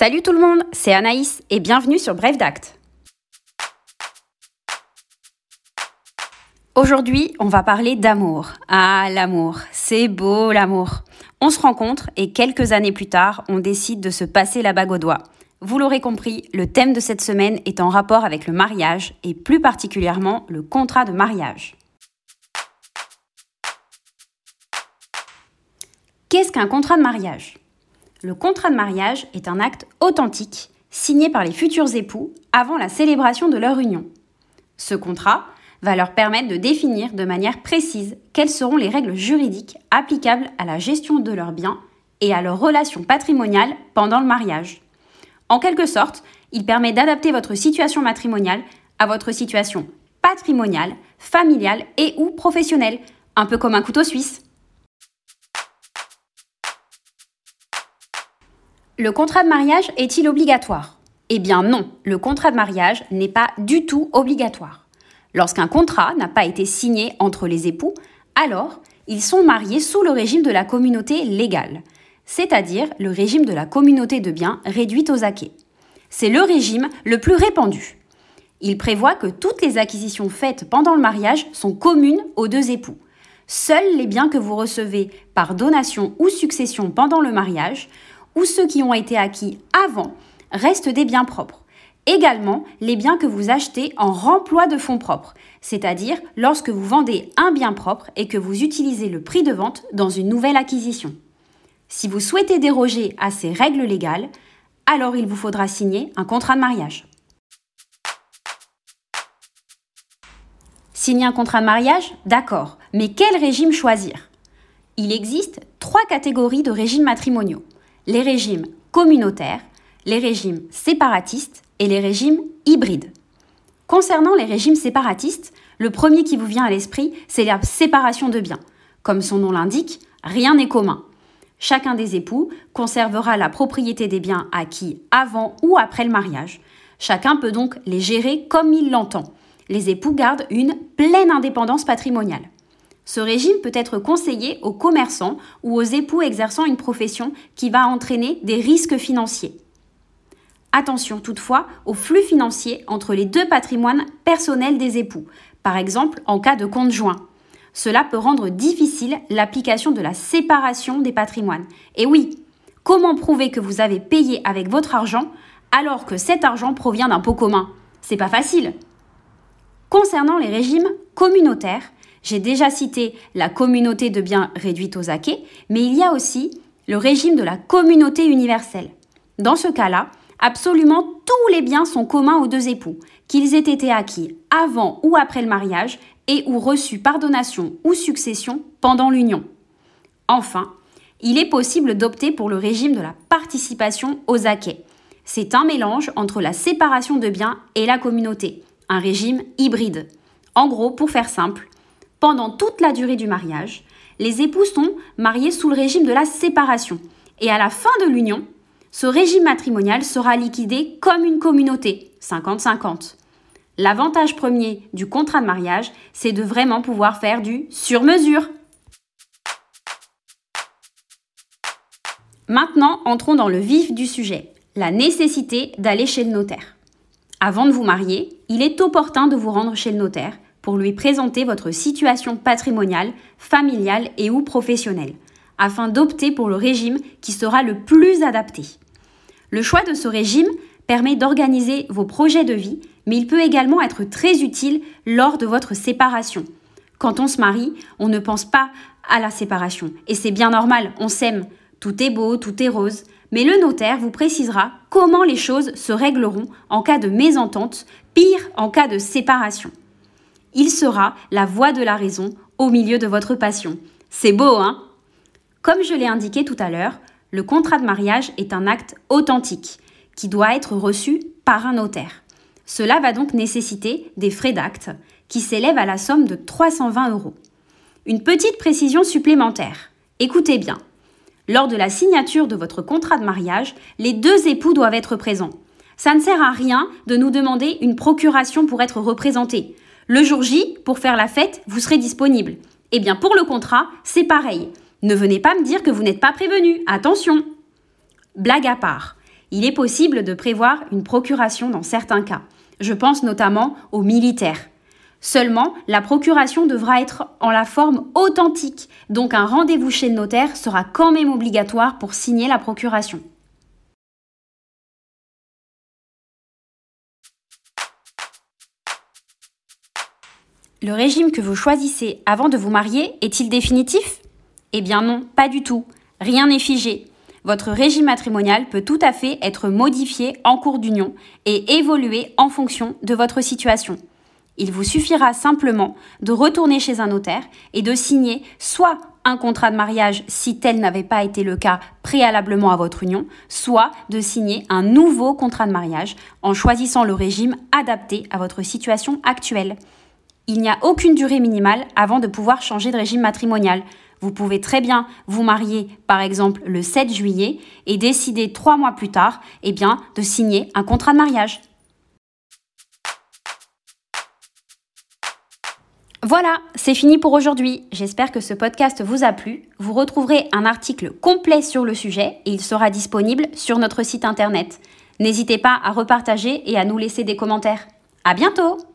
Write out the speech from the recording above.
Salut tout le monde, c'est Anaïs et bienvenue sur Bref d'Acte. Aujourd'hui, on va parler d'amour. Ah, l'amour, c'est beau l'amour. On se rencontre et quelques années plus tard, on décide de se passer la bague au doigt. Vous l'aurez compris, le thème de cette semaine est en rapport avec le mariage et plus particulièrement le contrat de mariage. Qu'est-ce qu'un contrat de mariage ? Le contrat de mariage est un acte authentique signé par les futurs époux avant la célébration de leur union. Ce contrat va leur permettre de définir de manière précise quelles seront les règles juridiques applicables à la gestion de leurs biens et à leurs relations patrimoniales pendant le mariage. En quelque sorte, il permet d'adapter votre situation matrimoniale à votre situation patrimoniale, familiale et ou professionnelle, un peu comme un couteau suisse. Le contrat de mariage est-il obligatoire ? Eh bien non, le contrat de mariage n'est pas du tout obligatoire. Lorsqu'un contrat n'a pas été signé entre les époux, alors ils sont mariés sous le régime de la communauté légale, c'est-à-dire le régime de la communauté de biens réduite aux acquêts. C'est le régime le plus répandu. Il prévoit que toutes les acquisitions faites pendant le mariage sont communes aux deux époux. Seuls les biens que vous recevez par donation ou succession pendant le mariage ou ceux qui ont été acquis avant restent des biens propres. Également, les biens que vous achetez en remploi de fonds propres, c'est-à-dire lorsque vous vendez un bien propre et que vous utilisez le prix de vente dans une nouvelle acquisition. Si vous souhaitez déroger à ces règles légales, alors il vous faudra signer un contrat de mariage. Signer un contrat de mariage ? D'accord, mais quel régime choisir ? Il existe 3 catégories de régimes matrimoniaux. Les régimes communautaires, les régimes séparatistes et les régimes hybrides. Concernant les régimes séparatistes, le premier qui vous vient à l'esprit, c'est la séparation de biens. Comme son nom l'indique, rien n'est commun. Chacun des époux conservera la propriété des biens acquis avant ou après le mariage. Chacun peut donc les gérer comme il l'entend. Les époux gardent une pleine indépendance patrimoniale. Ce régime peut être conseillé aux commerçants ou aux époux exerçant une profession qui va entraîner des risques financiers. Attention toutefois aux flux financiers entre les deux patrimoines personnels des époux, par exemple en cas de compte joint. Cela peut rendre difficile l'application de la séparation des patrimoines. Et oui, comment prouver que vous avez payé avec votre argent alors que cet argent provient d'un pot commun ? C'est pas facile. Concernant les régimes communautaires, j'ai déjà cité la communauté de biens réduite aux acquêts, mais il y a aussi le régime de la communauté universelle. Dans ce cas-là, absolument tous les biens sont communs aux deux époux, qu'ils aient été acquis avant ou après le mariage et ou reçus par donation ou succession pendant l'union. Enfin, il est possible d'opter pour le régime de la participation aux acquêts. C'est un mélange entre la séparation de biens et la communauté, un régime hybride. En gros, pour faire simple, pendant toute la durée du mariage, les époux sont mariés sous le régime de la séparation. Et à la fin de l'union, ce régime matrimonial sera liquidé comme une communauté, 50-50. L'avantage premier du contrat de mariage, c'est de vraiment pouvoir faire du sur-mesure. Maintenant, entrons dans le vif du sujet, la nécessité d'aller chez le notaire. Avant de vous marier, il est opportun de vous rendre chez le notaire pour lui présenter votre situation patrimoniale, familiale et ou professionnelle, afin d'opter pour le régime qui sera le plus adapté. Le choix de ce régime permet d'organiser vos projets de vie, mais il peut également être très utile lors de votre séparation. Quand on se marie, on ne pense pas à la séparation, et c'est bien normal, on s'aime, tout est beau, tout est rose, mais le notaire vous précisera comment les choses se régleront en cas de mésentente, pire en cas de séparation. Il sera la voix de la raison au milieu de votre passion. C'est beau, hein ? Comme je l'ai indiqué tout à l'heure, le contrat de mariage est un acte authentique qui doit être reçu par un notaire. Cela va donc nécessiter des frais d'acte qui s'élèvent à la somme de 320 €. Une petite précision supplémentaire. Écoutez bien. Lors de la signature de votre contrat de mariage, les deux époux doivent être présents. Ça ne sert à rien de nous demander une procuration pour être représentés. Le jour J, pour faire la fête, vous serez disponible. Eh bien, pour le contrat, c'est pareil. Ne venez pas me dire que vous n'êtes pas prévenu. Attention ! Blague à part, Il est possible de prévoir une procuration dans certains cas. Je pense notamment aux militaires. Seulement, la procuration devra être en la forme authentique, donc un rendez-vous chez le notaire sera quand même obligatoire pour signer la procuration. Le régime que vous choisissez avant de vous marier est-il définitif ? Eh bien non, pas du tout. Rien n'est figé. Votre régime matrimonial peut tout à fait être modifié en cours d'union et évoluer en fonction de votre situation. Il vous suffira simplement de retourner chez un notaire et de signer soit un contrat de mariage si tel n'avait pas été le cas préalablement à votre union, soit de signer un nouveau contrat de mariage en choisissant le régime adapté à votre situation actuelle. Il n'y a aucune durée minimale avant de pouvoir changer de régime matrimonial. Vous pouvez très bien vous marier, par exemple, le 7 juillet et décider 3 mois plus tard, de signer un contrat de mariage. Voilà, c'est fini pour aujourd'hui. J'espère que ce podcast vous a plu. Vous retrouverez un article complet sur le sujet et il sera disponible sur notre site internet. N'hésitez pas à repartager et à nous laisser des commentaires. À bientôt!